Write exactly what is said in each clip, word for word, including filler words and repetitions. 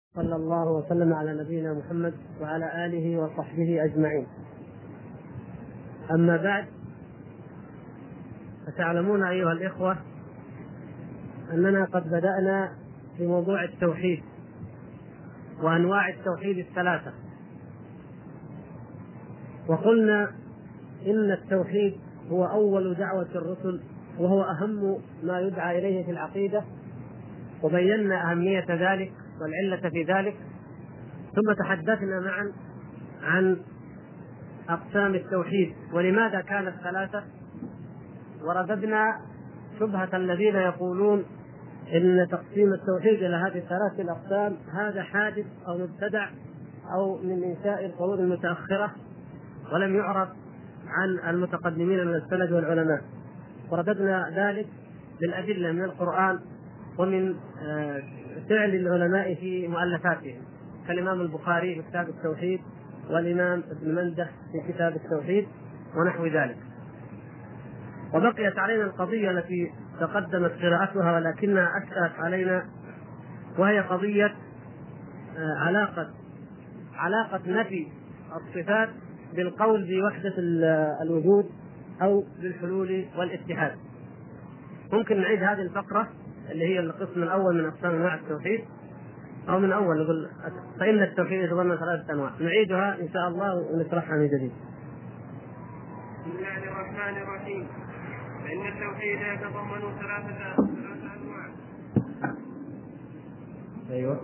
صلى الله وسلم على نبينا محمد وعلى آله وصحبه أجمعين. أما بعد، فتعلمون أيها الإخوة أننا قد بدأنا في موضوع التوحيد وأنواع التوحيد الثلاثة، وقلنا إن التوحيد هو أول دعوة الرسل وهو أهم ما يدعى إليه في العقيدة، وبينا أهمية ذلك والعلة في ذلك، ثم تحدثنا معا عن أقسام التوحيد ولماذا كانت ثلاثة، ورددنا شبهة الذين يقولون إن تقسيم التوحيد إلى هذه الثلاثة الأقسام هذا حادث أو مبتدع أو من إنشاء القرون المتأخرة ولم يعرف عن المتقدمين من السلف والعلماء، ورددنا ذلك بالأدلة من القرآن ومن فعل العلماء في مؤلفاتهم كالإمام البخاري في كتاب التوحيد والإمام ابن منده في كتاب التوحيد ونحو ذلك. وبقيت علينا القضية التي تقدمت قراءتها ولكنها أشكلت علينا، وهي قضية علاقة علاقة نفي الصفات بالقول بوحدة الوجود أو بالحلول والاتحاد. ممكن نعيد هذه الفقرة اللي هي القسم الأول من أقسام أنواع التوحيد، أو من أول نقول فإن التوحيد يتضمن ثلاثة أنواع، نعيدها إن شاء الله ونشرحها من جديد. بسم الله الرحمن الرحيم. فإن التوحيد يتضمن ثلاثة ثلاثة أنواع. أيوه.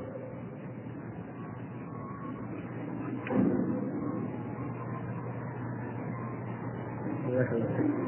فإن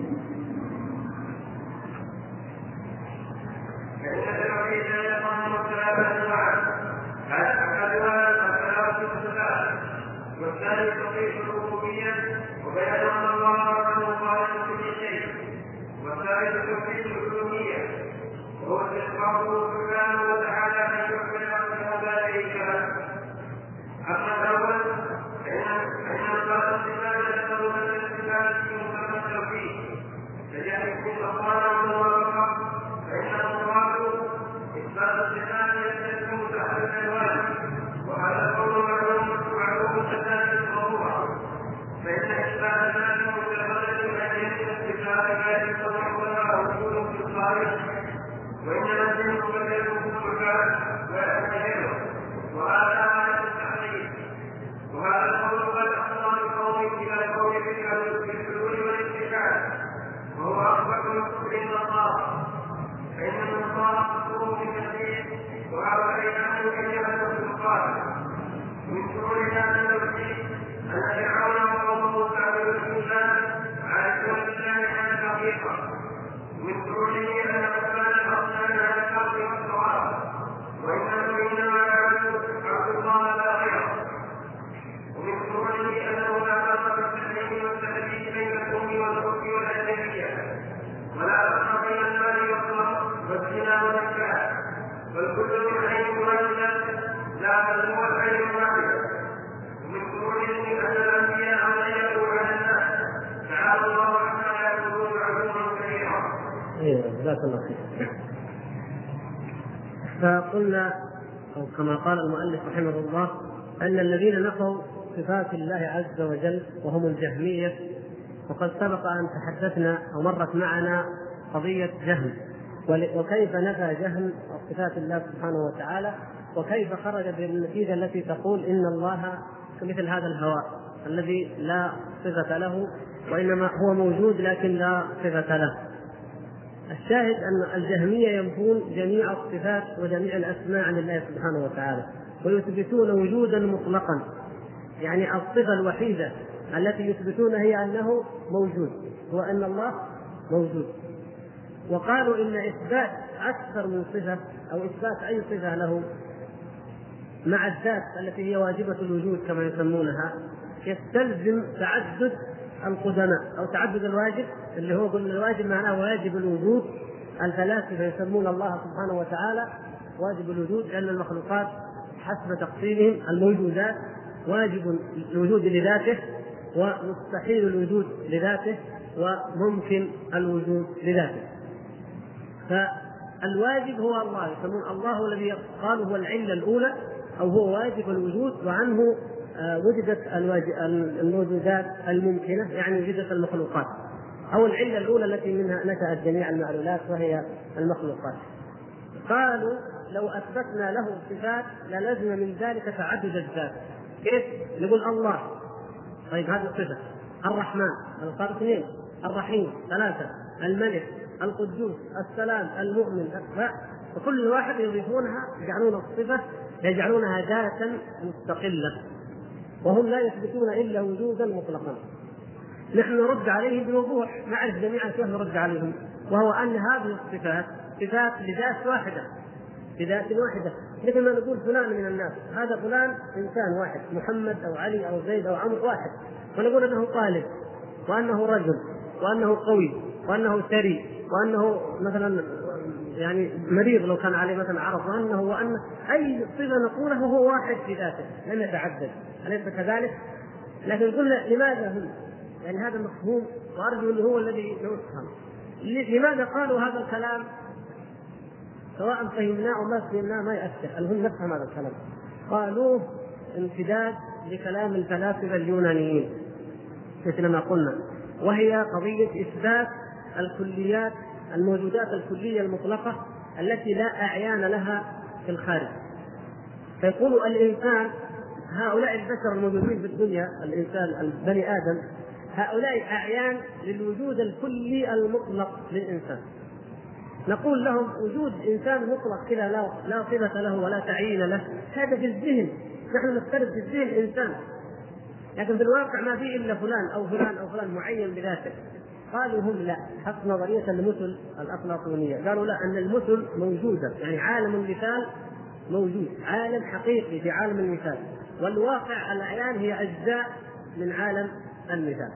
التوحيد يتضمن ثلاثة أنواع، أحدها الصلاة والصلاة، والثاني توحيد الربوبية وبيان أن الله خالق كل شيء، والثالث توحيد الألوهية وهو إخباره سبحانه وتعالى أن يحب الأرض ولا شريك له. أما الأول فإن الله الصفات يتضمن الصفات في مسمى التوحيد، فجعل كل أقوال ووقع فإنه المراد إثبات الصفات يستلزم تحت الألوان، وهذا القول معلوم معلوم كذلك الضرورة، فإن إثبات ذلك متفرد من أجل الصفات لا يستطيع لها وجود في الخارج، وإنما الدين مبين بالصفات ويتغيره، وهذا آية التحريف. وهذا القول قد أفضى القوم إلى القول بالحلول والاتحاد، وهو أصبح من كفر النصارى، فإن النصارى كفروا بالتشريع وهؤلاء كانوا كلمة في القرآن. من شرور هذا التوحيد أن فرعون وقومه استعملوا الإنسان على كون الله على الحقيقة، ومن شروره أن أقبال الأصنام على الحق والصواب، وإنه إنما يعبد الله لا غيره. ومن شروره أنه لا فرق في التحريم والتحديد بين الأم والحب والأجنبية، ولا فرق بين المال والصرف والزنا والنكاح، بل كل من عين واحدة لا بل هو العين الواحدة. ومن شروره أن الأنبياء غيروا على الناس، تعالى الله عما يقولون علوا كبيرا. ايوه جزاك الله خير. فقلنا او كما قال المؤلف رحمه الله ان الذين نفوا صفات الله عز وجل وهم الجهمية، وقد سبق ان تحدثنا او مرت معنا قضية جهم وكيف نفى جهم صفات الله سبحانه وتعالى، وكيف خرج بالنتيجة التي تقول ان الله كمثل هذا الهواء الذي لا صفة له وانما هو موجود لكن لا صفة له. الشاهد أن الجهمية ينفون جميع الصفات وجميع الأسماء عن الله سبحانه وتعالى، ويثبتون وجودا مطلقا، يعني الصفة الوحيدة التي يثبتونها هي أنه موجود، هو أن الله موجود. وقالوا إن إثبات أكثر من صفة أو إثبات أي صفة له مع الذات التي هي واجبة الوجود كما يسمونها يستلزم تعدد القدماء أو تعدد الواجب، اللي هو قلنا الواجب معناه واجب الوجود. الفلاسفة يسمون الله سبحانه وتعالى واجب الوجود، لأن المخلوقات حسب تقسيمهم الموجودات واجب الوجود لذاته ومستحيل الوجود لذاته وممكن الوجود لذاته. فالواجب هو الله، يسمون الله الذي قالوا هو العلة الأولى أو هو واجب الوجود وعنه وجدت الموجودات الممكنة، يعني وجدت المخلوقات، أو العلة الأولى التي منها نشأت جميع المعلولات وهي المخلوقات. قالوا لو أثبتنا له صفات للزم من ذلك تعدد الذات. كيف؟ نقول الله، طيب هذه الصفة، الرحمن القادر اثنين، الرحيم ثلاثة، الملك القدوس السلام المؤمن، وكل واحد يضيفونها يجعلون الصفة يجعلونها ذاتا مستقلة، وهم لا يثبتون إلا وجودا مطلقا. نحن نرد عليهم بوضوح، نعرف جميعا كيف نرد عليهم، وهو أن هذه الصفات صفات لذات واحدة بذات واحدة. مثل ما نقول فلان من الناس، هذا فلان إنسان واحد، محمد أو علي أو زيد أو عمرو واحد، ونقول أنه طالب وأنه رجل وأنه قوي وأنه ثري وأنه مثلا يعني مريض لو كان عليه مثلا عرض، وأنه وأن أي صفة نقوله هو واحد في ذاته لم يتعدد، أليس كذلك؟ لكن قلنا لماذا هم؟ يعني هذا مفهوم وأرجو أنه هو الذي يفهم. لماذا قالوا هذا الكلام؟ سواء فهمناه أو ما فهمناه ما يأثر، المهم نفهم هذا الكلام. قالوه امتداد لكلام الفلاسفة اليونانيين مثل ما قلنا، وهي قضية إثبات الكليات، الموجودات الكلية المطلقة التي لا أعيان لها في الخارج. فيقول الإنسان، هؤلاء البشر الموجودين في الدنيا، الإنسان البني آدم، هؤلاء أعيان للوجود الكلي المطلق للإنسان. نقول لهم وجود إنسان مطلق كذا لا لا صفة له ولا تعيين له، هذا في الذهن، نحن نفترض في الذهن إنسان، لكن في الواقع ما فيه إلا فلان أو فلان أو فلان معين بذاته. قالوا هم لا، حق نظرية المثل الأفلاطونية، قالوا لا، أن المثل موجودة، يعني عالم المثال موجود، عالم حقيقي في عالم المثال، والواقع الأعيان هي أجزاء من عالم المثال.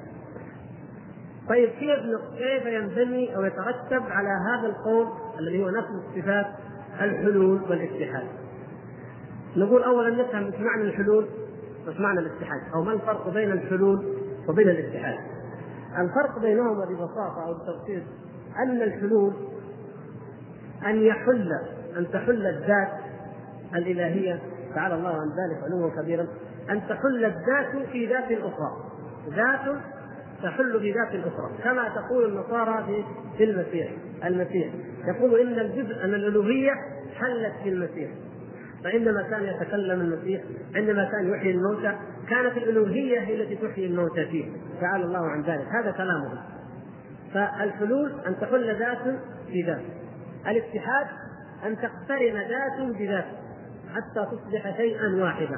طيب كيف كيف ينبني أو يترتب على هذا القول الذي هو نفس الصفات الحلول والاتحاد؟ نقول أولا نفهم ايش معنى الحلول وايش معنى الاتحاد، أو ما الفرق بين الحلول وبين الاتحاد. الفرق بينهما ببساطة أو بتفصيل أن الحلول أن يحل أن تحل الذات الإلهية تعالى الله عن ذلك علوا كبيرا، أن تحل الذات في ذات أخرى، ذات تحل في ذات أخرى، كما تقول النصارى في المسيح. المسيح يقول إن الجزء أن الألوهية حلت في المسيح، فعندما كان يتكلم المسيح عندما كان يحيي الموتى كانت الألوهية هي التي تحيي الموتى فيه تعالى الله عن ذلك، هذا كلامهم. فالحلول أن تحل ذات في ذات، الاتحاد أن تقترن ذات بذات حتى تصبح شيئا واحدا.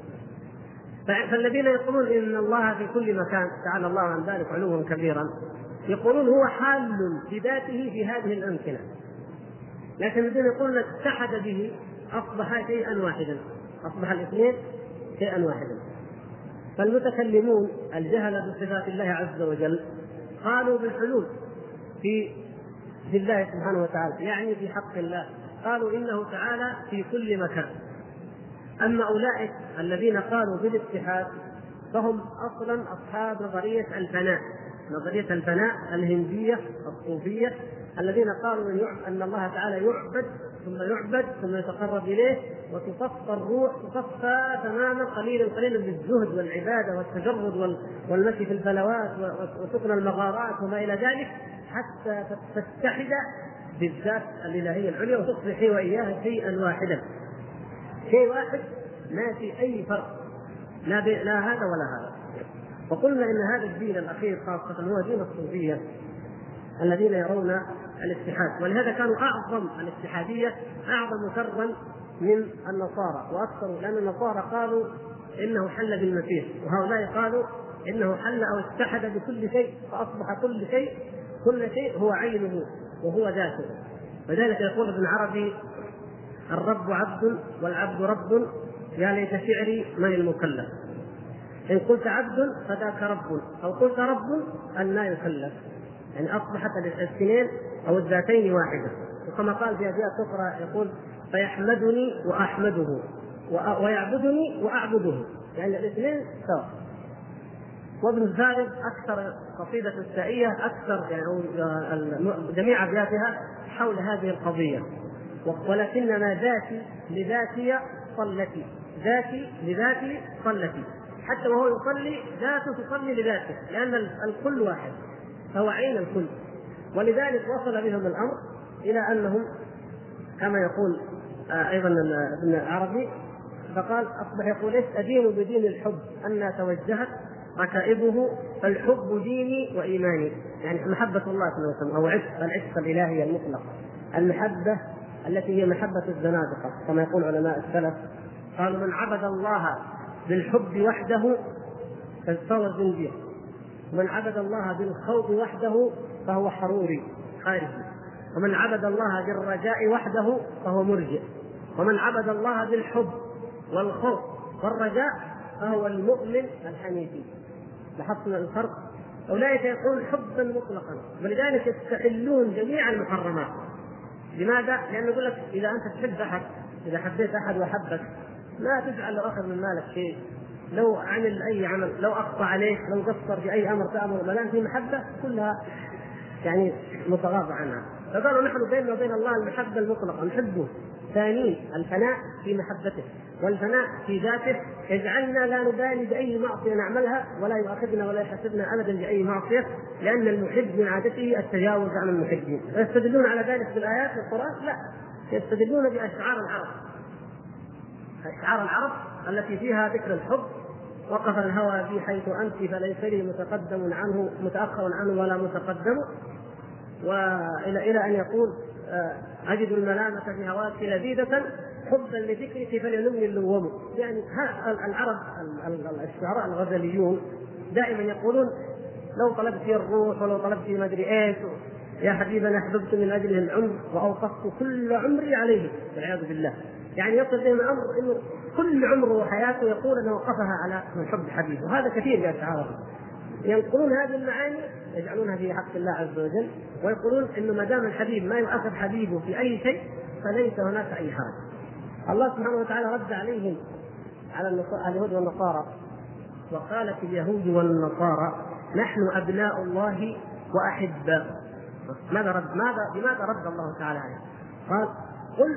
فالذين يقولون إن الله في كل مكان تعالى الله عن ذلك علوا كبيرا يقولون هو حال بذاته في هذه الأمكنة، لكن الذين يقولون اتحد به أصبح شيئا واحدا، أصبح الاثنين شيئا واحدا. فالمتكلمون الجهلة بصفات الله عز وجل قالوا بالحلول في في الله سبحانه وتعالى، يعني في حق الله، قالوا إنه تعالى في كل مكان. أما أولئك الذين قالوا بالاتحاد فهم أصلا أصحاب نظرية الفناء، نظرية الفناء الهندية الصوفية، الذين قالوا أن الله تعالى يعبد ثم يعبد ثم يتقرب إليه وتصفى الروح، تصفى تماما قليلا قليلا بالزهد والعبادة والتجرد والمشي في الفلوات وسكن المغارات وما إلى ذلك، حتى تتحد بالذات الإلهية العليا وتصبح وإياها شيئا واحدا، شيء واحد ما في أي فرق، لا, لا هذا ولا هذا. وقلنا إن هذا الدين الأخير خاصة هو دين الصوفية الذين يرون الاتحاد، ولهذا كانوا أعظم الاتحادية أعظم شرا من النصارى وأكثر، لأن النصارى قالوا إنه حل بالمسيح، وهؤلاء قالوا إنه حل أو اتحد بكل شيء فأصبح كل شيء كل شيء هو عينه وهو ذاته. وذلك يقول ابن عربي الرب عبد والعبد رب، يا ليت شعري من المكلف، إن قلت عبد فذاك رب، أو قلت رب أن لا يكلف، يعني أصبحت الاثنين أو الذاتين واحدة. وكما قال في أبيات أخرى يقول فيحمدني وأحمده ويعبدني وأعبده، يعني الاثنين سواء. وابن الفارض أكثر قصيدة السائية أكثر يعني جميع أبياتها حول هذه القضية، ولكنما ذاتي لذاتي صلتي، ذاتي لذاتي صلتي، حتى وهو يصلي ذاته تصلي لذاته، لأن الكل واحد فهو عين الكل. ولذلك وصل بهم الأمر إلى أنهم كما يقول أيضا ابن العربي، فقال أصبح يقول إيش؟ أدين بدين الحب أن توجهت ركائبه، فالحب ديني وإيماني، يعني محبة الله صلى الله عليه وسلم، أو عشق العشق الإلهي المطلق، المحبة التي هي محبة الزنادقة كما يقول علماء السلف، قالوا من عبد الله بالحب وحده فهو زنديق، ومن عبد الله بالخوف وحده فهو حروري خارجي، ومن عبد الله بالرجاء وحده فهو مرجئ، ومن عبد الله بالحب والخوف والرجاء فهو المؤمن الحنيفي. لاحظتم الفرق؟ أولئك يقولون حبا مطلقا، ولذلك يستحلون جميع المحرمات. لماذا؟ لأنه يقول لك إذا أنت تحب أحد، إذا حبيت أحد وحبك، لا تجعل له أخذ من مالك شيء، لو عمل أي عمل، لو أخطأ عليك، لو قصر في أي أمر تأمر، ما دام في محبة كلها يعني متغاضى عنها. فقالوا نحن بيننا وبين الله المحبة المطلقة، نحبه. ثاني الفناء في محبته، والفناء في ذاته يجعلنا لا نبالي بأي معصية نعملها، ولا يؤاخذنا ولا يحاسبنا أبدا بأي معصية، لأن المحب من عادته التجاوز عن المحبين. ويستدلون على ذلك بالآيات في القرآن؟ لا، يستدلون بأشعار العرب، أشعار العرب التي فيها ذكر الحب. وقف الهوى بي حيث أنت فليس لي متقدم عنه متأخر عنه ولا متقدم، وإلى إلى أن يقول أجد الملامة في هواك لذيذة حبا لذكرك فليلمني اللوم. يعني العرب الشعراء الغزليون دائما يقولون لو طلبت الروح ولو طلبت ما أدري إيش، يا حبيبنا أحببت من أجله العمر وأوقفت كل عمري عليه والعياذ بالله. يعني يصل بهم الأمر إنه كل عمره وحياته يقول أنه وقفها على حب حبيبه، وهذا كثير من أشعارهم. ينقلون هذه المعاني يجعلونها في حق الله عز وجل، ويقولون إنه ما دام الحبيب ما يؤخذ حبيبه في أي شيء فليس هناك أي حاجة. الله سبحانه وتعالى رد عليهم على اليهود والنصارى، وقالت اليهود والنصارى نحن أبناء الله وأحباؤه. ماذا رد؟ ماذا بماذا رد الله تعالى عليه؟ قال قل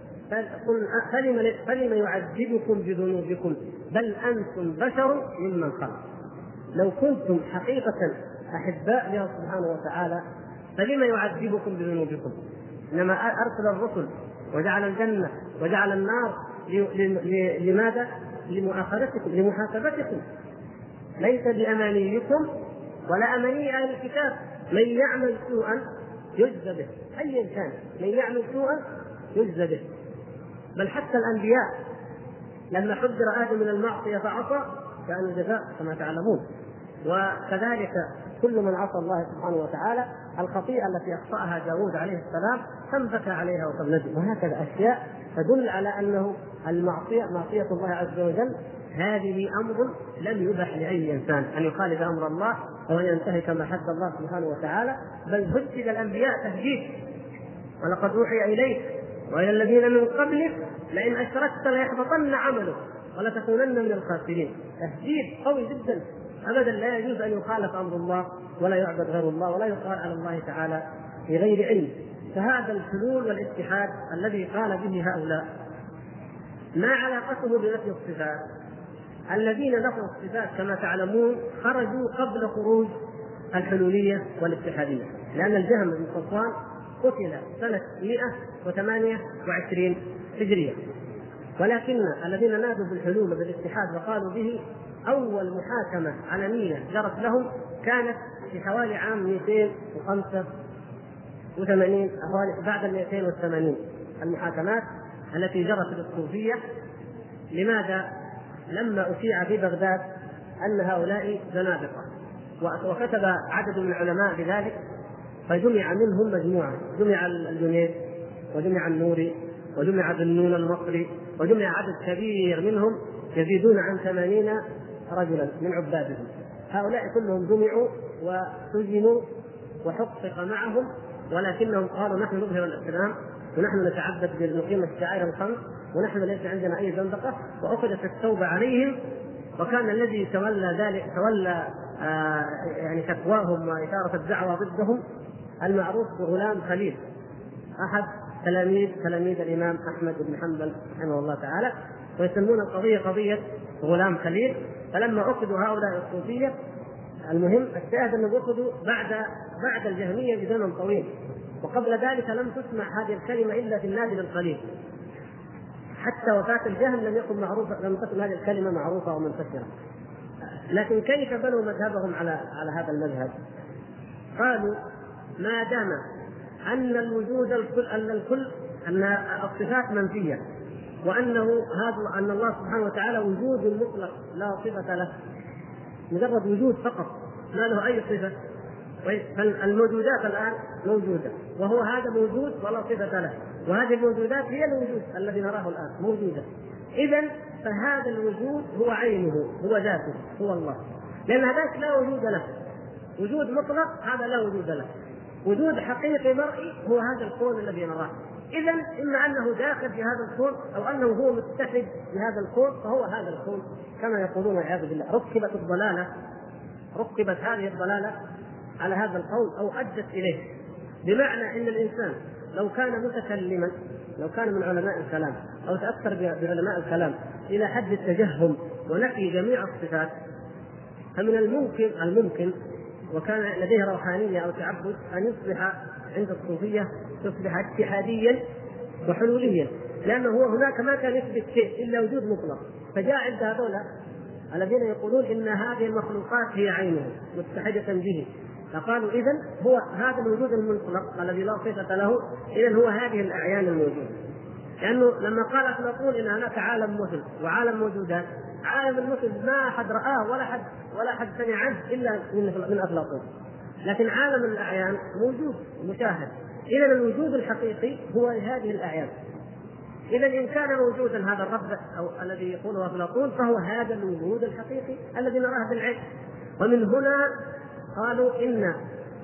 فلم يعذبكم بذنوبكم بل أنتم بشر ممن خلق. لو كنتم حقيقة أحباء له سبحانه وتعالى فلم يعذبكم بذنوبكم؟ إنما أرسل الرسل وجعل الجنة وجعل النار لماذا؟ لمؤاخذتكم، لمحاسبتكم، ليس بأمانيكم ولا أماني أهل الكتاب. من يعمل سوءا يجزى به، أي إنسان من يعمل سوءا يجزى به. بل حتى الأنبياء لما حذر آدم من المعصية فعصى كان الجزاء كما تعلمون. وكذلك كل من عصى الله سبحانه وتعالى الخطيئة التي أخطأها داود عليه السلام ثبت عليها وتبنته. وهكذا أشياء تدل على أنه المعصية معصية الله عز وجل هذه أمر لم يبح لأي إنسان أن يخالف أمر الله أو ينتهك ما حد الله سبحانه وتعالى، بل هدد الأنبياء تهديد: ولقد أوحي إليك وإلى الذين من قبلك لئن أشركت ليحبطن عملك ولتكونن من الخاسرين. تهديد قوي جدا، أبدا لا يجوز أن يخالف أمر الله ولا يعبد غير الله ولا يقال على الله تعالى بغير علم. فهذا الحلول والاتحاد الذي قال به هؤلاء ما علاقته بنفي الصفات؟ الذين نفوا الصفات كما تعلمون خرجوا قبل خروج الحلولية والاتحادية، لأن الجهم بن صفوان قتل سنة مئة وثمانية وعشرين هجرية. ولكن الذين نادوا بالحلول وبالاتحاد وقالوا به أول محاكمة علنية جرت لهم كانت في حوالي عام مئتين وخمسة وثمانين، بعد مئتين وثمانين المحاكمات التي جرت للصوفية. لماذا؟ لما أشيع في بغداد أن هؤلاء زنادقة، وكتب عدد من العلماء بذلك، فجمع منهم مجموعة، جمع الجنيد وجمع النوري وجمع ذنون المصري وجمع عدد كبير منهم يزيدون عن ثمانين رجلا من عبادهم. هؤلاء كلهم جمعوا وسجنوا وحقق معهم، ولكنهم قالوا نحن نظهر الإسلام ونحن نتعبد بنقيم الشعائر الخمس ونحن ليس عندنا أي زندقة، وأخذت التوبة عليهم. وكان الذي تولى ذلك تولى آه يعني فتواهم وإثارة الدعوة ضدهم المعروف بغلام خليل، أحد تلاميذ تلاميذ الإمام أحمد بن حنبل رحمه الله تعالى. ويسمون القضية قضية غلام خليل. فلما أخذوا هؤلاء الصوفية، المهم الشاهد أنهم أخذوا بعد بعد الجهمية بزمن طويل، وقبل ذلك لم تسمع هذه الكلمة إلا في النادر القليل، حتى وفاة الجهم لم يكن معروفة، لم تكن هذه الكلمة معروفة ومنتشرة. لكن كيف بنوا مذهبهم على على هذا المذهب؟ قالوا ما دام أن الوجود الكل أن الكل أن الصفات منفية، وأنه هذا أن الله سبحانه وتعالى وجود مطلق لا صفة له، مجرد وجود فقط ما له أي صفة، فالموجودات الآن موجودة وهو هذا موجود ولا صفة له، وهذه الموجودات هي الوجود الذي نراه الآن موجودة. إذن فهذا الوجود هو عينه، هو ذاته، هو الله، لأن هذاك لا وجود له، وجود مطلق هذا لا وجود له، وجود حقيقي مرئي هو هذا الكون الذي نراه. إذن إما أنه داخل في هذا الكون أو أنه هو متحد بهذا الكون، فهو هذا الكون كما يقولون والعياذ بالله. ركبت الضلالة ركبت هذه الضلالة على هذا القول أو أدت إليه، بمعنى أن الإنسان لو كان متكلما، لو كان من علماء الكلام أو تأثر بعلماء الكلام إلى حد التجهم ونفي جميع الصفات، فمن الممكن الممكن وكان لديه روحانية أو تعبد أن يصبح عند الصوفية يصبح اتحاديا وحلوليا، لأنه هو هناك ما كان يثبت شيء إلا وجود مطلق، فجاء عند هؤلاء الذين يقولون إن هذه المخلوقات هي عينه متحدة به، فقالوا إذن هو هذا الوجود المطلق الذي لا صفة له، إذن هو هذه الأعيان الموجودة. لأنه لما قال أفلاطون إن هناك عالم مثل وعالم موجودات، عالم المثل ما أحد رآه ولا حد ولا حد سمع عنه إلا من أفلاطون، لكن عالم الأعيان موجود مشاهد. إذن الوجود الحقيقي هو هذه الأعيان. إذا إن كان موجودا هذا الرب أو الذي يقوله أفلاطون فهو هذا الوجود الحقيقي الذي نراه بالعين. ومن هنا قالوا إن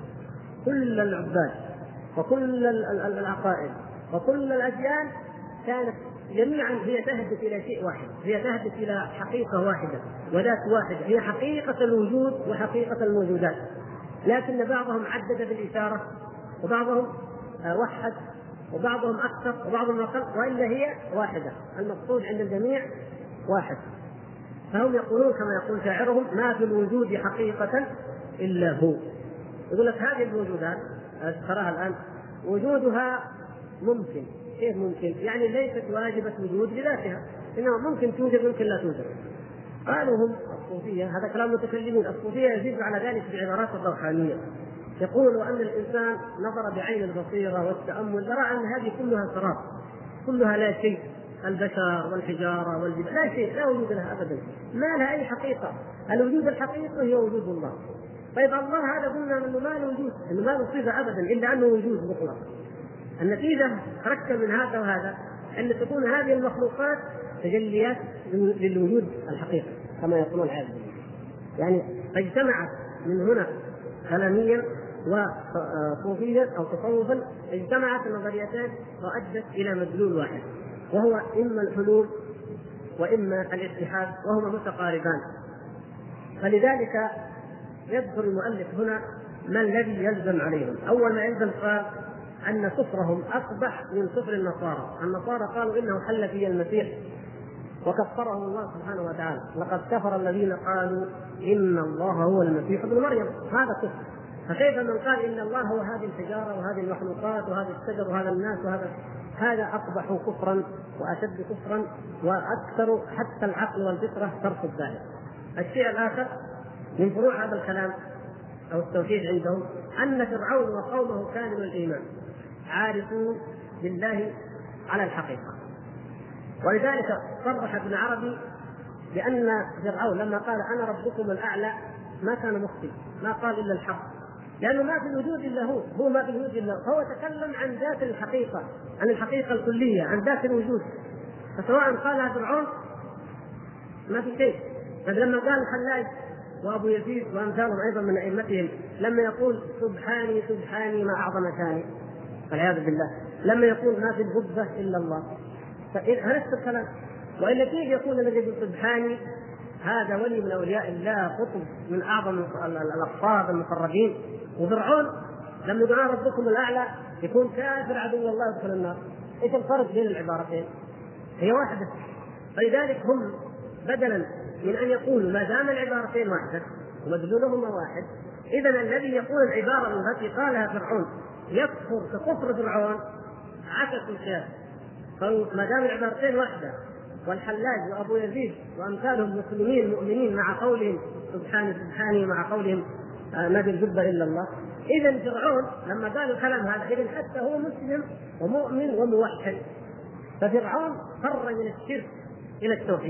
كل العباد وكل العقائد وكل الأديان كانت جميعا هي تهدف إلى شيء واحد، هي تهدف إلى حقيقة واحدة وذات واحدة، هي حقيقة الوجود وحقيقة الموجودات، لكن بعضهم عدد بالإشارة وبعضهم وحد وبعضهم أكثر وبعضهم أقل، وإلا هي واحدة، المقصود عند الجميع واحد. فهم يقولون كما يقول شاعرهم ما في الوجود حقيقة إلا هو. يقول لك هذه الوجودات تراها الآن وجودها ممكن، كيف ممكن؟ يعني ليست واجبة وجود لذاتها، إنما ممكن توجد ممكن لا توجد. قالوا هم الصوفية، هذا كلام متكلمين، الصوفية يزيد على ذلك بعبارات الروحانية، يقول أن الإنسان نظر بعين البصيرة والتأمل يرى أن هذه كلها سراب، كلها لا شيء، البشر والحجارة والجبال لا شيء، لا وجود لها أبدا، ما لها أي حقيقة. الوجود الحقيقي هو وجود الله. طيب الله هذا قلنا أنه ما له وجود، أنه ما له صفة أبدا إلا أنه وجود مطلق. النتيجة تركب من هذا وهذا أن تكون هذه المخلوقات تجليات للوجود الحقيقي كما يقولون العالم، يعني اجتمعت من هنا كلاميا وصوفيا أو تصوفا، اجتمعت النظريتان وأدت إلى مدلول واحد، وهو إما الحلول وإما الاتحاد، وهما متقاربان. فلذلك يذكر المؤلف هنا ما الذي يلزم عليهم. أول ما يلزم قال أن كفرهم أقبح من كفر النصارى. النصارى قالوا إنه حل في المسيح وكفرهم الله سبحانه وتعالى، لقد كفر الذين قالوا إن الله هو المسيح ابن مريم، هذا كفر. فكيف من قال إن الله هو هذه الحجارة وهذه المخلوقات وهذا الشجر وهذا الناس وهذا، هذا أقبح كفرا وأشد كفرا وأكثر حتى العقل والفطرة ترفض ذلك. الشيء الآخر من فروع هذا الكلام أو التوحيد عندهم أن فرعون وقومه كانوا الإيمان عارفون بالله على الحقيقة، ولذلك صرح ابن عربي بأن فرعون لما قال أنا ربكم الأعلى ما كان مخطئ، ما قال إلا الحق، لأنه ما في الوجود إلا هو، هو ما في الوجود إلا هو، فهو تكلم عن ذات الحقيقة، عن الحقيقة الكلية، عن ذات الوجود. فسواء قالها فرعون ما في شيء. فلما قال الحلاج وأبو يزيد وأمثالهم أيضا من أئمتهم لما يقول سبحاني سبحاني ما أعظم شاني والعياذ بالله، لما يقول ما في الجبة إلا الله، فنفس الكلام. وإلا كيف يقول الذي يقول سبحاني هذا ولي من أولياء الله قطب من أعظم الأقطاب المقربين، وفرعون لما يقول ربكم الأعلى يكون كافر عدو الله يدخل النار. إيش الفرق بين العبارتين؟ هي واحدة. فلذلك هم بدلا من ان يقولوا ما دام العبارتين واحده ومدلولهما واحد، اذا الذي يقول العباره التي قالها فرعون يكفر ككفر فرعون عكسوا القياس. فما دام العبارتين واحده والحلاج وابو يزيد وامثالهم مسلمين مؤمنين مع قولهم سبحانه سبحانه مع قولهم ما بالجبه الا الله، اذا فرعون لما قال الكلام هذا اذا حتى هو مسلم ومؤمن وموحد. ففرعون فر من الشرك الى التوحيد.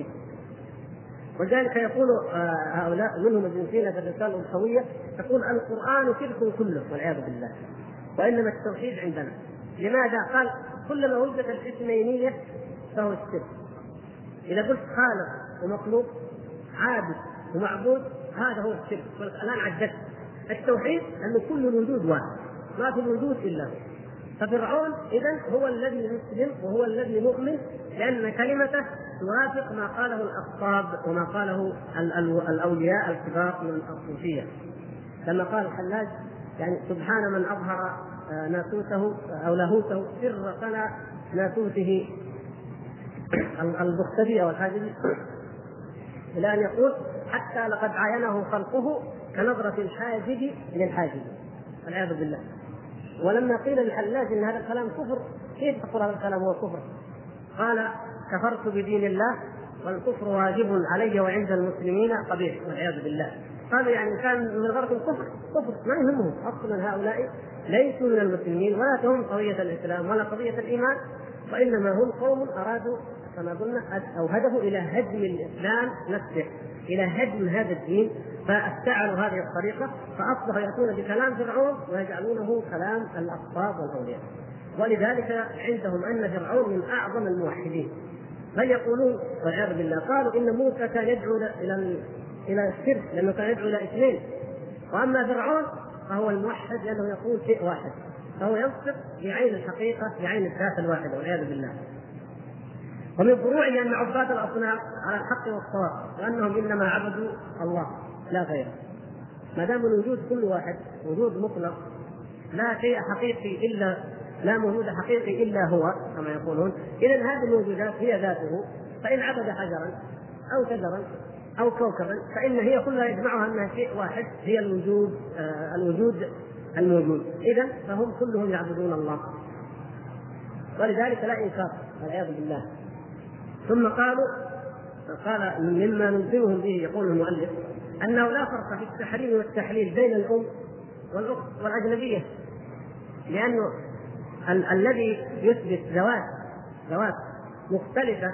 وذلك يقول هؤلاء منهم ابن سينا في الرساله الخويه تقول القران شرك كله والعياذ بالله، وانما التوحيد عندنا. لماذا؟ قال كلما وجدت الاثنينيه فهو الشرك. اذا قلت خالق ومخلوق عابد ومعبود هذا هو الشرك. الان عدت التوحيد أن كل الوجود واحد، ما في الوجود إلا هو. ففرعون إذن هو الذي يسلم وهو الذي مؤمن، لأن كلمته توافق ما قاله الأقطاب وما قاله الأولياء الكبار من الصوفية. لما قال الحلاج يعني سبحان من أظهر ناسوته أو لاهوته سر صنع ناسوته المختفي أو الحاجب، إلى أن يقول حتى لقد عاينه خلقه كنظرة الحاجب للحاجب والعياذ بالله. ولما قيل للحلاج ان هذا الكلام كفر، كيف تقول هذا الكلام هو كفر؟ قال كفرت بدين الله والكفر واجب علي وعند المسلمين قبيح والعياذ بالله. قالوا يعني كان من غرض الكفر كفر ما يهمهم اصلا، هؤلاء ليسوا من المسلمين ولا تهم قضيه الاسلام ولا قضيه الايمان، وانما هم قوم ارادوا كما قلنا او هدفوا الى هدم الاسلام نفسه، الى هدم هذا الدين، فاستعلوا هذه الطريقه فاصبحوا ياتون بكلام فرعون ويجعلونه كلام الاقطاب والاولياء. ولذلك عندهم ان فرعون من اعظم الموحدين، بل يقولون والعياذ بالله قالوا ان موسى كان يدعو الى الى الشرك لانه كان يدعو الى اثنين، واما فرعون فهو الموحد لانه يقول شيء واحد، فهو ينطق بعين الحقيقه بعين الذات الواحده والعياذ بالله. ومن فروعه ان عباد الاصنام على الحق والصواب، وانهم انما عبدوا الله لا غيره. ما دام الوجود كل واحد وجود مطلق لا شيء حقيقي الا لا موجود حقيقي الا هو كما يقولون، اذا هذه الموجودات هي ذاته، فان عبد حجرا او شجرا او كوكبا فان هي كلها يجمعها انها شيء واحد، هي الوجود آه الوجود الموجود. اذا فهم كلهم يعبدون الله، ولذلك لا انكار والعياذ بالله. ثم قالوا قال مما نلزمهم به يقول المؤلف انه لا فرق في التحريم والتحليل بين الام والاخت والاجنبيه، لانه ال- الذي يثبت ذوات ذوات مختلفه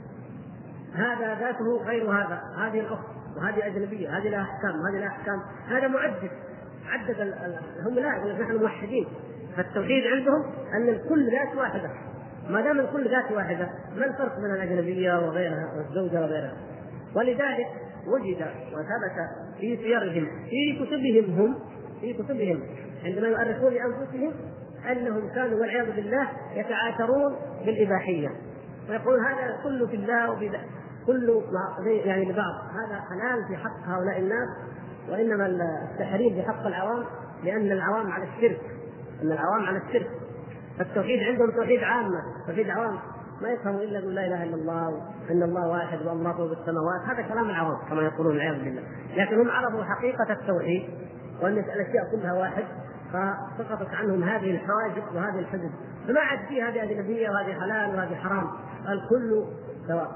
هذا ذاته غير هذا، هذه الاخت وهذه اجنبيه، هذه لها احكام وهذه لها احكام، هذا معدد عدد ال- ال- هم لا نحن موحدين. فالتوحيد عندهم ان الكل ذات واحده، ما دام الكل ذات واحده ما الفرق بين الاجنبيه وغيرها والزوجه وغيرها. ولذلك وجد وثبت في سيرهم في كتبهم هم في كتبهم عندما يؤرخون لانفسهم انهم كانوا والعياذ بالله يتعاثرون بالاباحيه، ويقول هذا كله في الله وبذا كله يعني لبعض، هذا حلال في حق هؤلاء الناس، وانما التحريم في حق العوام لان العوام على الشرك، ان العوام على الشرك. فالتوحيد عندهم توحيد عامه، توحيد عوام ما يفهموا الا يقول لا اله الا الله وان الله واحد والله فوق السماوات، هذا كلام العوام كما يقولون والعياذ بالله. لكن هم عرفوا حقيقه التوحيد وان الاشياء كلها واحد، فسقطت عنهم هذه الحواجز وهذه الحدود، فما عاد فيه هذه اجنبيه وهذه حلال وهذه حرام، الكل سواء.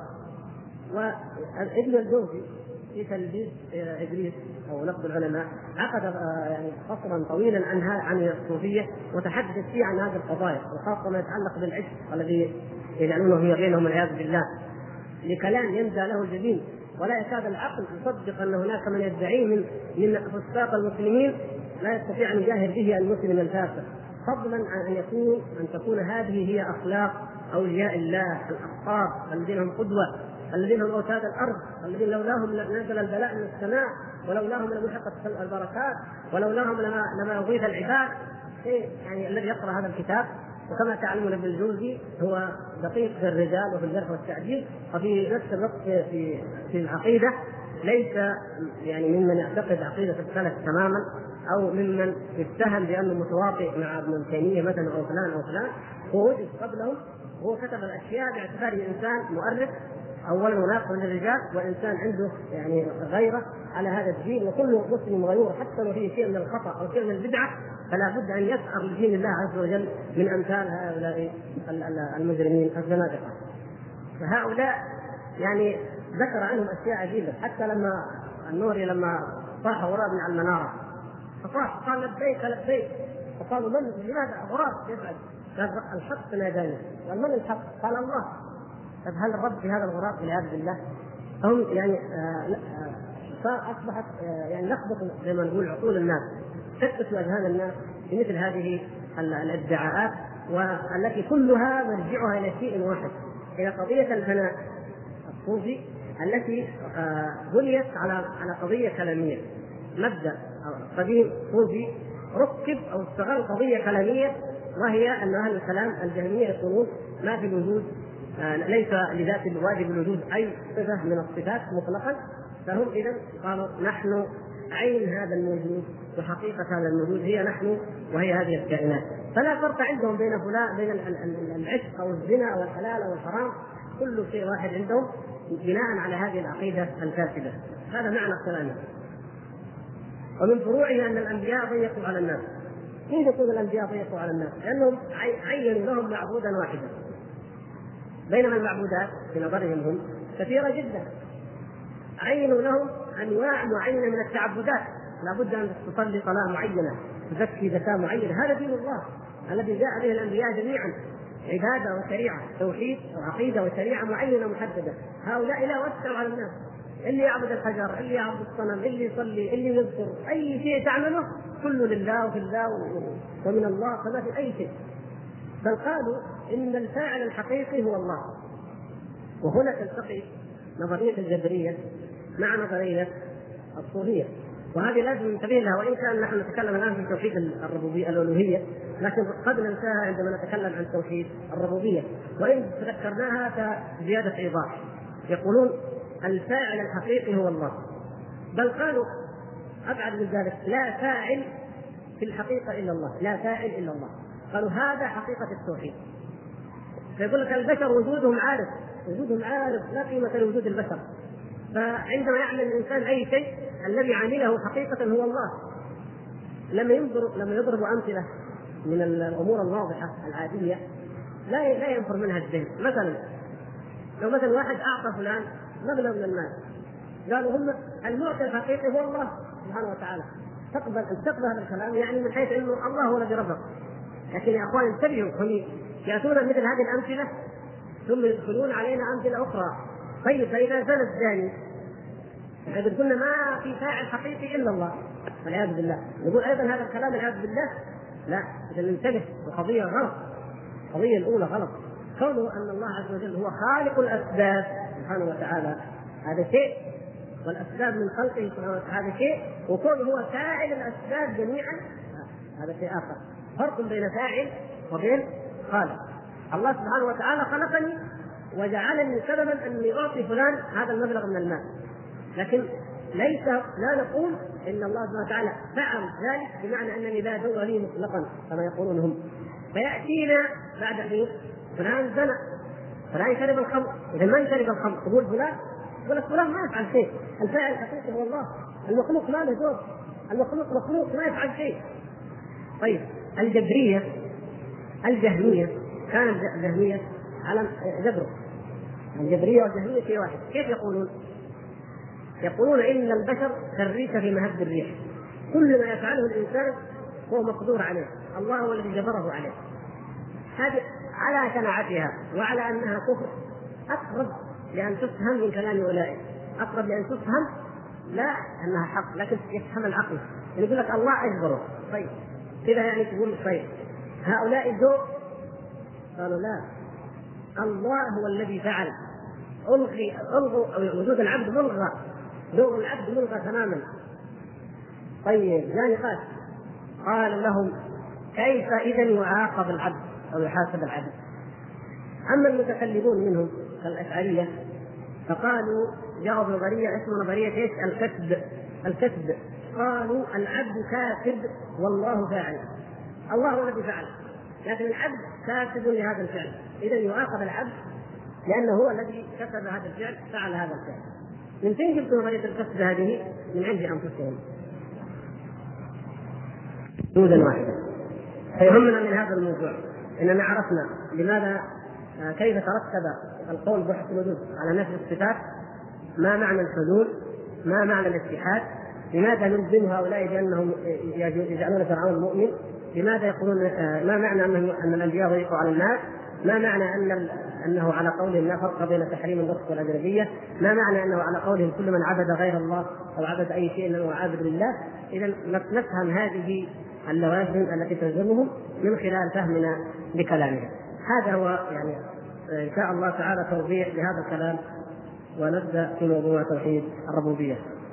وابن الجوزي في تلبيس ابليس او نقد العلماء عقد يعني فصلا طويلا عنها عن الصوفيه وتحدث فيه عن هذه القضايا، وخاصه ما يتعلق بالعشق الذي يجعلونه هي بينهم والعياذ بالله، لكلام يندى له الجبين ولا يكاد العقل يصدق ان هناك من يدعيه من من فساق المسلمين لا يستطيع ان يجاهر به المسلم الفاسق، فضلا عن ان يكون ان تكون هذه هي اخلاق اولياء الله الاقطاب الذين هم قدوه، الذين هم اوتاد الارض، الذين لولاهم نزل البلاء من السماء، ولولاهم لمحقت البركات، ولولاهم لما لما يغيث العباد. يعني الذي يقرا هذا الكتاب، وكما تعلمون ابن الجوزي هو دقيق في الرجال وفي الجرح والتعديل، وفي نفس الوقت في في العقيده ليس يعني ممن يعتقد عقيده السلف تماما او ممن يتهم بانه متواطئ مع ابن تيميه مثلا او فلان او فلان. هو وجد قبلهم، هو كتب الاشياء باعتباره انسان مؤرخ اولا منافق للرجال، وانسان عنده يعني غيره على هذا الدين، وكل مسلم غيور حتى لو فيه شيء من الخطا او شيء من البدعه، فلا بد ان يسعر لدين الله عز وجل من امثال هؤلاء المجرمين الزنادقه. فهؤلاء يعني ذكر عنهم اشياء عجيبه، حتى لما النوري لما طاح غراب من على المناره فطاح قال لبيك لبيك، فقالوا من لماذا غراب يفعل؟ قال الحق ناداني. قال من الحق؟ قال الله. طيب هل الرب في هذا الغراب والعياذ بالله؟ هم يعني صار آه اصبحت آه يعني لخبط زي ما نقول عقول الناس، تكتشف اذهان الناس بمثل هذه الادعاءات، والتي كلها مرجعها الى شيء واحد، الى قضيه الفناء الصوفي التي آه بنيت على على قضيه كلاميه، مبدا قديم صوفي ركب او استغل قضيه كلاميه، وهي ان اهل الكلام الجهميه يقولون ما في الوجود آه ليس لذات الواجب الوجود اي صفه من الصفات مطلقا، فهم اذا قالوا نحن عين هذا الموجود وحقيقه هذا الموجود هي نحن وهي هذه الكائنات، فلا فرق عندهم بين فلان بين العشق او الزنا او الحلال او الحرام، كل شيء واحد عندهم بناء على هذه العقيده الفاسده. هذا معنى كلامه. ومن فروعه ان الانبياء ضيقوا على الناس. كيف يكون الانبياء ضيقوا على الناس؟ لانهم عينوا لهم معبودا واحدا، بينما المعبودات في نظرهم هم كثيره جدا. عينوا لهم انواع معينه من التعبدات، لابد ان تصلي صلاه معينه، تزكي زكاه معينه، هذا دين الله الذي جاء به الانبياء جميعا، عباده وشريعه، توحيد وعقيده وشريعه معينه محدده. هؤلاء لا وسعوا على الناس، اللي يعبد الحجر، اللي يعبد الصنم، اللي يصلي، اللي يذكر، اي شيء تعمله كله لله وفي الله ومن الله، فما في اي شيء. بل قالوا ان الفاعل الحقيقي هو الله. وهنا تلتقي نظريه الجبريه مع نظريه الصوفيه، وهذه لازم ننتبه لها، وان كان نحن نتكلم الان في توحيد الربوبيه الالوهيه، لكن قد ننساها عندما نتكلم عن توحيد الربوبيه، وان تذكرناها كزياده ايضاح. يقولون الفاعل الحقيقي هو الله، بل قالوا ابعد من ذلك، لا فاعل في الحقيقه الا الله، لا فاعل الا الله. قالوا هذا حقيقه التوحيد. فيقول لك البشر وجودهم عارف، وجودهم عارف، لا قيمه لوجود البشر. فعندما يعمل الانسان اي شيء الذي عمله حقيقه هو الله. لما ينظر لما يضرب امثله من الامور الواضحه العاديه لا لا ينفر منها الذهن. مثلا لو مثلا واحد اعطى فلان مبلغ من المال، قالوا هم المعطي الحقيقي هو الله سبحانه وتعالى، تقبل ان تقبل هذا الكلام يعني من حيث انه الله هو الذي رزق. لكن يا اخوان انتبهوا، هم ياتون مثل هذه الامثله ثم يدخلون علينا امثله اخرى. طيب فاذا زنى الزاني فإذا قلنا ما في فاعل حقيقي الا الله والعياذ بالله، نقول ايضا هذا الكلام والعياذ بالله لا، اذا ننتبه، وقضيه غلط. القضيه الاولى غلط، كونه ان الله عز وجل هو خالق الاسباب سبحانه وتعالى هذا شيء، والاسباب من خلقه سبحانه وتعالى هذا شيء، وكونه هو فاعل الاسباب جميعا هذا شيء اخر. فرق بين فاعل وبين خالق. الله سبحانه وتعالى خلقني وجعلني سببا اني اعطي فلان هذا المبلغ من المال، لكن ليس لا نقول ان الله سبحانه وتعالى فعل ذلك بمعنى انني لا دور لي مطلقا كما يقولون هم. فياتينا بعد حين فلان زنى، فلان شرب الخمر، اذا من شرب الخمر تقول فلان، يقول فلان ما يفعل شيء، الفاعل الحقيقي هو الله، المخلوق ما له دور، المخلوق مخلوق ما يفعل شيء. طيب الجبريه الجهميه، كان الجهميه على جبر، الجبريه والجهميه شيء واحد. كيف يقولون؟ يقولون ان البشر كالريح في مهب الريح، كل ما يفعله الانسان هو مقدور عليه، الله هو الذي جبره عليه. هذه على شناعتها وعلى انها كفر اقرب لان تفهم من كلام اولئك، اقرب لان تفهم لا انها حق لكن يفهم العقل. يعني يقول لك الله اجبره، طيب كذا يعني تقول طيب هؤلاء الذوق، قالوا لا، الله هو الذي فعل، الغي الغوا وجود العبد ملغى، دور العبد ملغى تماما. طيب لا نقاش. قال لهم كيف اذا يعاقب العبد او يحاسب العبد؟ اما المتكلمون منهم كالاشعريه فقالوا جاءوا بنظريه اسمها نظريه ايش؟ الكسب. الكسب قالوا العبد كاسب والله فاعل، الله هو الذي فعل لكن العبد كاسب لهذا الفعل، اذا يعاقب العبد لأنه هو الذي كسب هذا الفعل، فعل هذا الفعل. من فين جبتوا نظرية الكسب هذه؟ من عند أنفسهم جودا واحدا. فيهمنا من هذا الموضوع إننا عرفنا لماذا كيف ترتب القول بوحدة الوجود على نفي الصفات، ما معنى الحلول، ما معنى الاتحاد، لماذا نلزم هؤلاء بأنهم يجعلون فرعون مؤمن، لماذا يقولون ما معنى أنه أن الأنبياء ضيقوا على الناس، ما معنى أن أنه على قولهم لا فرق بين تحريم النطق والأجنبية، ما معنى أنه على قولهم كل من عبد غير الله أو عبد أي شيء إنه عابد لله. إذا نفهم هذه اللوازم التي تلزمهم من خلال فهمنا لكلامهم. هذا هو يعني إن شاء الله تعالى توضيح لهذا الكلام، ونبدأ في موضوع توحيد الربوبية.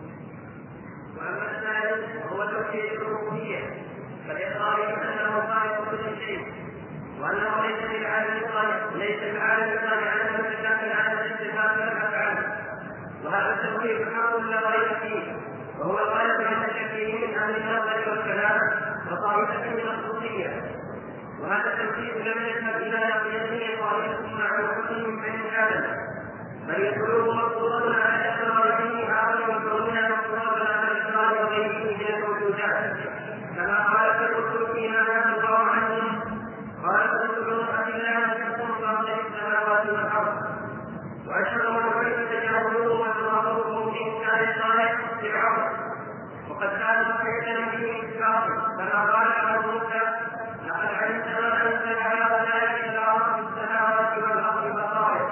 وأما الثالث هو توحيد الربوبية، فالإقرار بأنه خالق كل شيء، وأنه ليس بالعالم الخالق ليس بالعالم الخالق على المتكامل على الاتفاق والأفعال، وهذا التوحيد حق لا ريب فيه، وهو الغاية من التشكيل من أهل النظر والكلام وطائفة من الصوفية. وهذا التوحيد لم يذهب إلى يقينه طائفة معروفة من بين العالم، بل يدعوه مفروضا على إقراره عاقل وكونها مفروضا على إقرار غيره من الموجودات، كما قال في الرسل فيما نهى الله عنهم: قال ادخلوا أدلة تكون فاطر السماوات والأرض. وأشهر من كيف تجاهلوا وتظاهروا في إنكار صالح فرعون، وقد كانوا يعتنون به إنكاره، كما قال ابو موسى: لقد علمت ما أنزل هؤلاء إلا رب السماوات والأرض بصائر.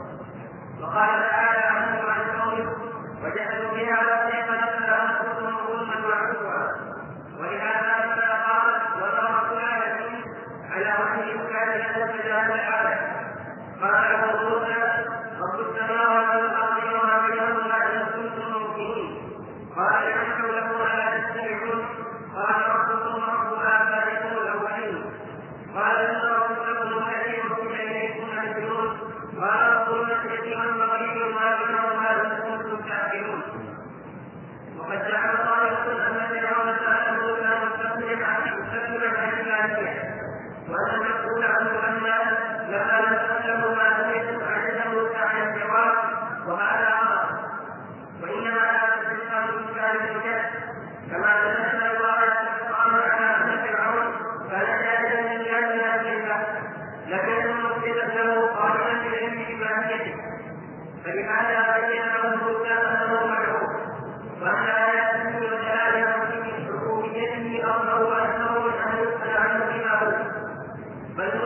وقال تعالى عنه وعن قوله: وجحدوا بها واستيقنتها أنفسهم ظلما وعلوا. ولهذا قال: وتركوا العالمين على وحي كان له كذلك العالم. قال ابو موسى: رب السماوات والأرض وما بينهما إن كنتم موقنين. قال: نحن له لا تستمعون. قال: ربكم رب آبائكم الأولين. قال: إن ربكم كثير إليكم أنزلون. قال: رب المشرق والمغرب وما بينهما إن كنتم تعقلون. وقد جعل طائفة أن فرعون سأل موسى مستقبلا عن الإلهية، وأن المسؤول عنه أن لما نسأله ما أتيتم عجز موسى عن الجواب، وهذا غلط، وإنما هذا استفهام إنكار الجهل، كما دلنا الله سبحانه على أن فرعون كان جاهلا لله بالله، لكنه مخبرا له قائلا بالعلم بماهيته. فلهذا بين له موسى أنه معروف، وأن آياته ودلالته في ربوبيته أمره أنه من أن يسأل عنه بما هو، بل هو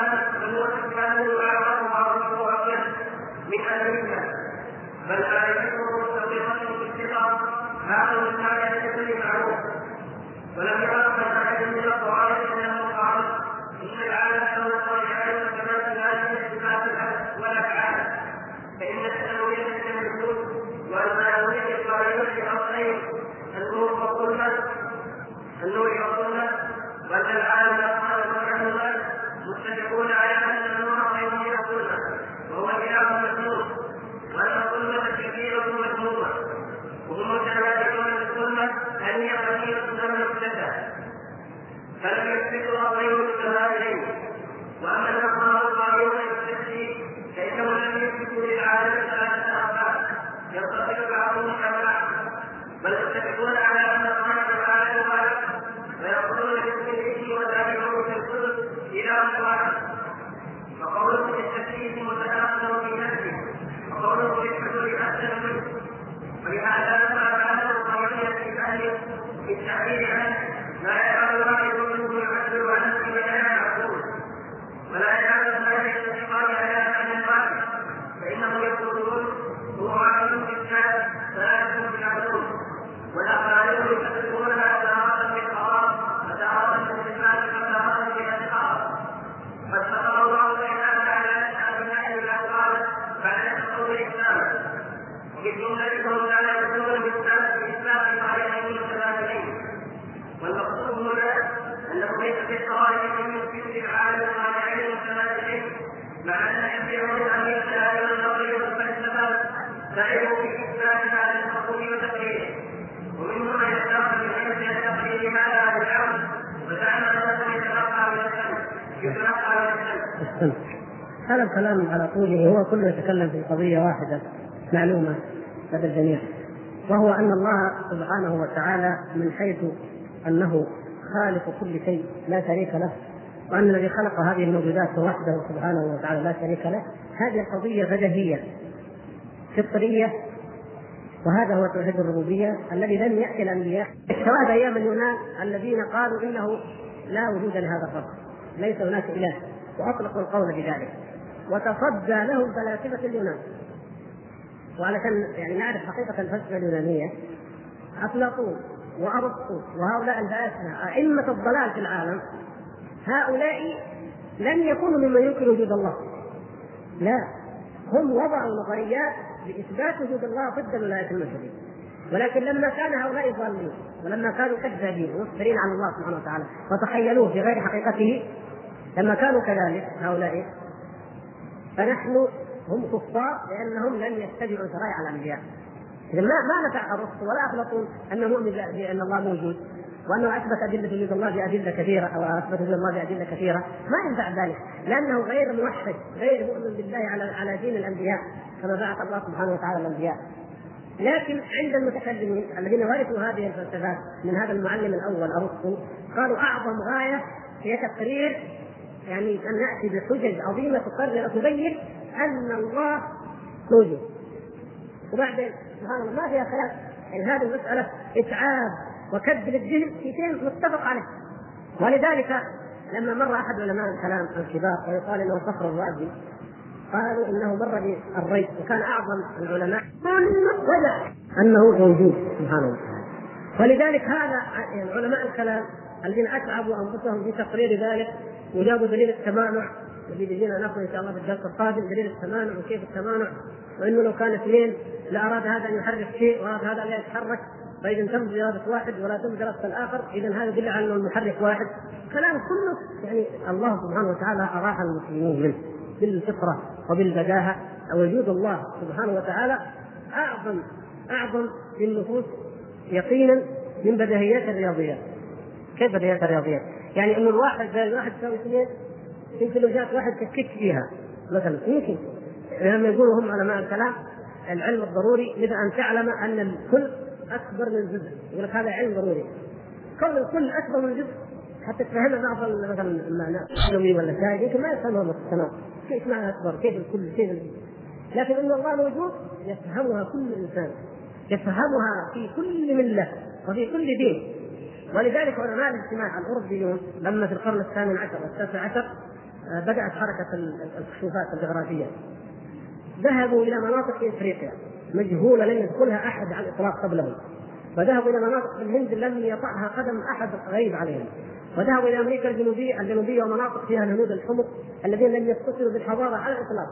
سبحانه أعظم وأعظم وأكبر من أمرنا، بل آيته مستقرة بالثقة. هذا من آية كل معروف. ولم يعرف أحد من الطوائف أنه قال: إن العالم له طبيعة كما في هذه الصفات والأفعال، فإن التنوير من الوجود والمعنوية الطبيعية بأصلين: النور والظلمة النور والظلمة وأن العالم خالق عنهما متفقون على أن النور خير من الظلمة وهو إله مذموم، وأن الظلمة كبيرة مذمومة، وهم متمالكون للظلمة أن هي قليلة ممتدة، فلم يثبتوا أصلين متماثلين. وأما النصارى القائلون بالتشريك فإنهم لم يثبتوا للعالم ثلاثة أرباب يتصل بعضهم على بعض، بل يتفقون على أن الله تعالى واحد، ويقولون بالتشريك وذلكم في القدس إله واحد. وقولهم بالتشريك متناقض في نفسه، وقولهم بالحلول أحسن منه. ولهذا لما كانوا القوانين في أهله بالتعبير عنه لا يجعل الواحد منهم يعبر عن نفسه ولا يعقول، ولا يجعل الواحد الانتقال على أهل الواحد، فإنهم يقولون هو واحد بالذات ثلاثة بالعقول، والأقاليم يفسرونها تارة بالقرار وتارة بالصفات وتارة بالاعتقاد. قد فطر الله العباد على أبناء الأقوال بعد تطور الإسلام، وبالجملة فهم لا يدخلون بإسلام ما يليهم المتماثلين. والمقصود هنا أنه ليس في الطوائف من يثبت العالم ما يعلم المتماثلين، مع أن يبيعون أن يتعلم النظرية والفلسفة سعيوا في إثبات هذا المقصود وتقريره. ومنهم من يتلقى من حيث التقرير هذا بالعون، وزعم أنه يتلقى من السن يتلقى من السن هذا الكلام على طوله هو كله يتكلم في قضية واحدة معلومة لدى الجميع، وهو أن الله سبحانه وتعالى من حيث أنه خالق كل شيء لا شريك له، وأن الذي خلق هذه الموجودات وحده سبحانه وتعالى لا شريك له، هذه القضية بديهية فطرية، وهذا هو توحيد الربوبية الذي لم يأتي الأنبياء الشواهد أيام اليونان الذين قالوا إنه لا وجود لهذا الرب، ليس هناك إله، وأطلقوا القول بذلك، وتصدى لهم فلاسفة اليونان. وعلشان يعني نعرف حقيقة الفلسفة اليونانية، أفلاطون وأرسطو وهؤلاء الفلاسفة أئمة الضلال في العالم، هؤلاء لم يكونوا ممن ينكر وجود الله، لا، هم وضعوا نظريات لإثبات وجود الله ضد الولايات المشهورية. ولكن لما كان هؤلاء ظالمين، ولما كانوا كذابين ومفترين على الله سبحانه وتعالى وتخيلوه في غير حقيقته، لما كانوا كذلك هؤلاء، فنحن هم كفار لأنهم لم يتبعوا شرائع الأنبياء. إذا ما ما نفع أرسطو ولا أفلاطون أنه مؤمن بأن الله موجود وأنه أثبت أدلة وجود الله بأدلة كثيرة أو أثبت وجود الله بأدلة كثيرة، ما ينفع ذلك، لأنه غير موحد، غير مؤمن بالله على على دين الأنبياء كما بعث الله سبحانه وتعالى الأنبياء. لكن عند المتكلمين الذين ورثوا هذه الفلسفات من هذا المعلم الأول أرسطو، قالوا أعظم غاية هي تقرير، يعني أن نأتي بحجج عظيمة تقرر وتبين أن الله موجود. وبعدين سبحان الله ما فيها خلاف، يعني هذه المسألة إتعاب وكذب الذهن في شيء متفق عليه. ولذلك لما مر أحد علماء الكلام الكبار ويقال إنه صخر الرازي، قالوا إنه مر بالري وكان أعظم العلماء وجد أنه موجود سبحانه وتعالى. ولذلك هذا يعني علماء الكلام الذين أتعبوا أنفسهم في تقرير ذلك وجابوا دليل التمانع الذي بيجينا ناخذ إن شاء الله في الدرس القادم، دليل التمانع وكيف التمانع، وإنه لو كان اثنين لأراد هذا أن يحرك شيء وأراد هذا لا يتحرك، فإذا تم إرادة واحد ولا تم إرادة الآخر إذا هذا يدل على أنه المحرك واحد. كلام كله يعني الله سبحانه وتعالى أراح المسلمين منه بالفطرة وبالبداهة. وجود الله سبحانه وتعالى أعظم أعظم للنفوس يقينا من بديهيات الرياضيات. كيف بديهيات الرياضيات؟ يعني أن الواحد زي الواحد يساوي اثنين، يمكن لو جاءت واحد تكك فيها مثلا، يمكن لما يقولوا هم علماء الكلام العلم الضروري مثل أن تعلم أن الكل أكبر من جزء، يقول لك هذا علم ضروري. كون الكل أكبر من جزء حتى تفهم بعض مثلا المعنى النووي ولا شيء يمكن ما يفهمها مستمع، كيف معنى أكبر، كيف الكل، كيف الجزء. لكن إن الله موجود يفهمها كل إنسان، يفهمها في كل ملة وفي كل دين. ولذلك علماء الاجتماع الأوروبيون لما في القرن الثامن عشر والتاسع عشر بدأت حركة الكشوفات الجغرافية، ذهبوا إلى مناطق في إفريقيا مجهولة لم يدخلها أحد على الإطلاق قبلهم، وذهبوا إلى مناطق في الهند لم يطعها قدم أحد غريب عليهم، وذهبوا إلى أمريكا الجنوبية الجنوبية ومناطق فيها الهنود الحمر الذين لم يتصلوا بالحضارة على الإطلاق،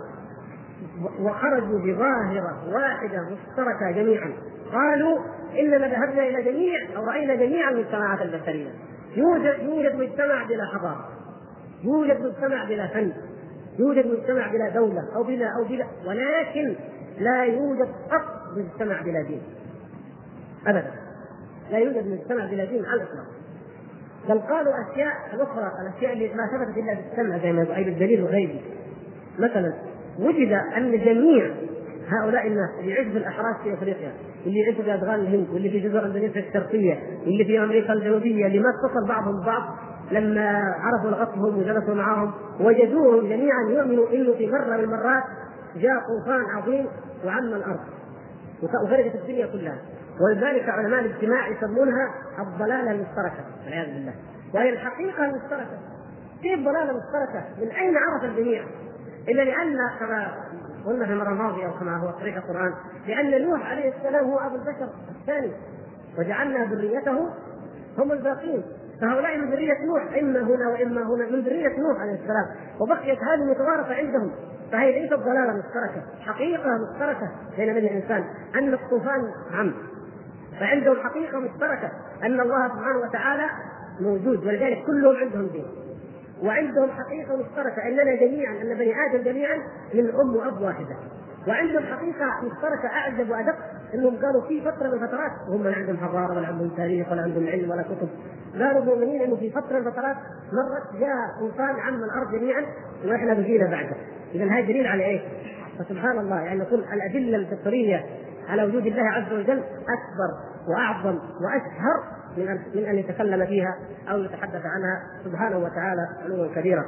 وخرجوا بظاهرة واحدة مشتركة جميعا. قالوا إننا ذهبنا إلى جميع أو رأينا جميع المجتمعات البشرية، يوجد يوجد مجتمع بلا حضارة، يوجد مجتمع بلا فن، يوجد مجتمع بلا دولة أو بلا أو بلا ولكن لا يوجد قط مجتمع بلا دين أبدا، لا يوجد مجتمع بلا دين على الإطلاق. بل قالوا أشياء أخرى، الأشياء اللي ما ثبتت إلا بالسمع زي ما يقول بالدليل الغيبي. مثلا وجد أن جميع هؤلاء الناس اللي يعيشوا في الأحراش في أفريقيا، اللي يعيشوا في أدغال الهند، واللي في جزر اندونيسيا الشرقية، واللي في أمريكا الجنوبية، اللي ما اتصل بعضهم ببعض، لما عرفوا لغتهم وجلسوا معهم وجدوهم جميعا يؤمنوا إنه في مرة من المرات جاء طوفان عظيم وعم الأرض وغرقت الدنيا كلها. ولذلك علماء الاجتماع يسمونها الضلالة المشتركة والعياذ بالله، وهي الحقيقة المشتركة. كيف ضلالة مشتركة؟ من أين عرف الجميع؟ إلا لأن كما قلنا في المرة الماضية وكما هو صريح القرآن، لأن نوح عليه السلام هو أبو البشر الثاني، وجعلنا ذريته هم الباقين، فهؤلاء من ذرية نوح إما هنا وإما هنا، من ذرية نوح عليه السلام، وبقيت هذه متوارثة عندهم. فهي ليست ضلالة مشتركة، حقيقة مشتركة بين بني الإنسان أن الطوفان عم، فعندهم حقيقة مشتركة أن الله سبحانه وتعالى موجود، ولذلك كلهم عندهم دين. وعندهم حقيقة مشتركة أننا جميعا، أن بني آدم جميعا من أم وأب واحدة. وعندهم حقيقة مشتركة أعجب وأدق، أنهم قالوا في فترة من الفترات وهم لا عندهم حضارة ولا عندهم تاريخ ولا عندهم علم ولا كتب، قالوا المؤمنين أنه في فترة من الفترات مرت جاء طوفان عم الأرض جميعا وإحنا بقينا بعده. إذا هذا دليل على إيه؟ فسبحان الله، يعني يكون الأدلة الفطرية على وجود الله عز وجل أكبر وأعظم وأشهر من أن من أن يتكلم فيها أو يتحدث عنها سبحانه وتعالى علوا كبيرا.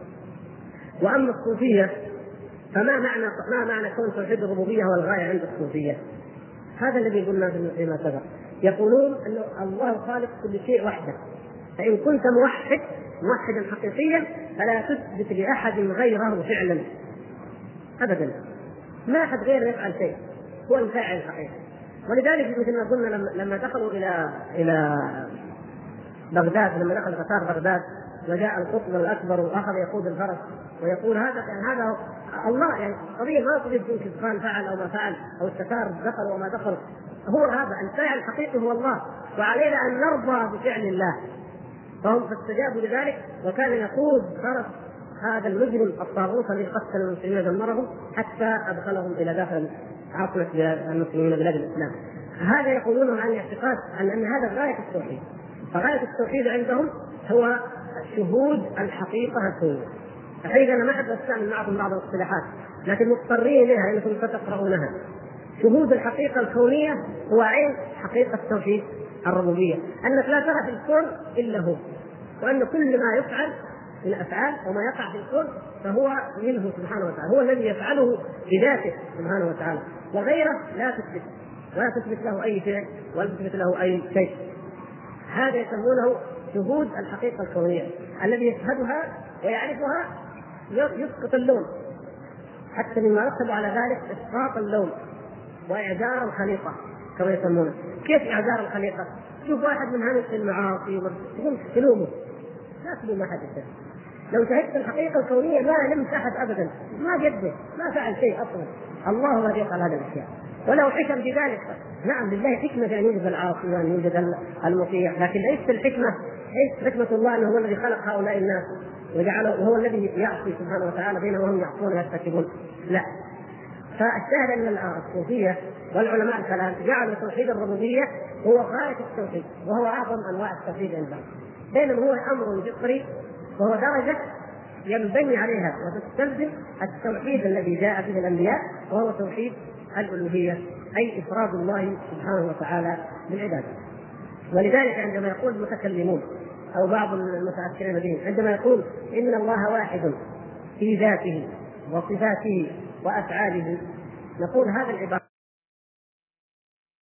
وأما الصوفية فما معنى ما معنى كون توحيد الربوبية هو الغاية عند الصوفية؟ هذا الذي قلنا فيما سبق، يقولون أن الله خالق كل شيء وحده، فإن كنت موحد موحدا حقيقيا فلا تثبت لأحد غيره فعلا أبدا، ما أحد غيره يفعل شيء، هو الفاعل الحقيقي. ولذلك مثل ما قلنا لما دخلوا إلى إلى بغداد، لما دخل تتار بغداد وجاء القطب الأكبر وأخذ يقود الفرس ويقول هذا يعني هذا الله، يعني قضية ما قضية كان فعل أو ما فعل أو التتار دخلوا وما دخلوا، هو هذا الفاعل الحقيقي هو الله، وعلينا أن نرضى بفعل الله. فهم فاستجابوا لذلك، وكان يقود فرس هذا المجرم الطاغوت الذي قتل المسلمين ودمرهم حتى أدخلهم إلى داخل عاصمة المسلمين بلاد الإسلام. هذا يقولونه عن اعتقاد أن أن هذا غاية التوحيد. فغاية التوحيد عندهم هو شهود الحقيقة الكونية. الحقيقة أنا ما أحب أستعمل معكم بعض الاصطلاحات لكن مضطرين إليها لأنكم ستقرؤونها. شهود الحقيقة الكونية هو عين حقيقة توحيد الربوبية، أنك لا ترى في الكون إلا هو، وأن كل ما يفعل من أفعال وما يقع في الكون فهو منه سبحانه وتعالى، هو الذي يفعله بذاته سبحانه وتعالى، وغيره لا تثبت ولا تثبت له أي فعل ولا تثبت له أي شيء. هذا يسمونه شهود الحقيقة الكونية، الذي يشهدها ويعرفها يسقط اللوم، حتى مما يكتب على ذلك إسقاط اللوم وإعذار الخليقة كما يسمونه. كيف إعذار الخليقة؟ شوف واحد من هذه المعاصي تقول تلومه، لا تلوم أحد. لو شهدت الحقيقة الكونية ما لمس أحد أبدا، ما جده، ما فعل شيء أصلا، الله الذي يفعل هذا الأشياء، ولو حكم بذلك. نعم لله حكمة أن يوجد العاصي وأن يوجد المطيع، لكن ليس الحكمة ليس حكمة الله أنه هو الذي خلق هؤلاء الناس وجعله وهو الذي يعصي سبحانه وتعالى بينهم وهم يعصون ويرتكبون، لا. فالشاهد أن الصوفية والعلماء الكلام جعلوا توحيد الربوبية هو غاية التوحيد، وهو أعظم أنواع التوحيد عندهم، بينما هو أمر فطري وهو درجة ينبني عليها وتستلزم التوحيد الذي جاء به الأنبياء، وهو توحيد الألوهية، أي إفراد الله سبحانه وتعالى بالعبادة. ولذلك عندما يقول المتكلمون أو بعض المتأثرين به عندما يقول إن الله واحد في ذاته وصفاته وأفعاله، نقول هذا العبارة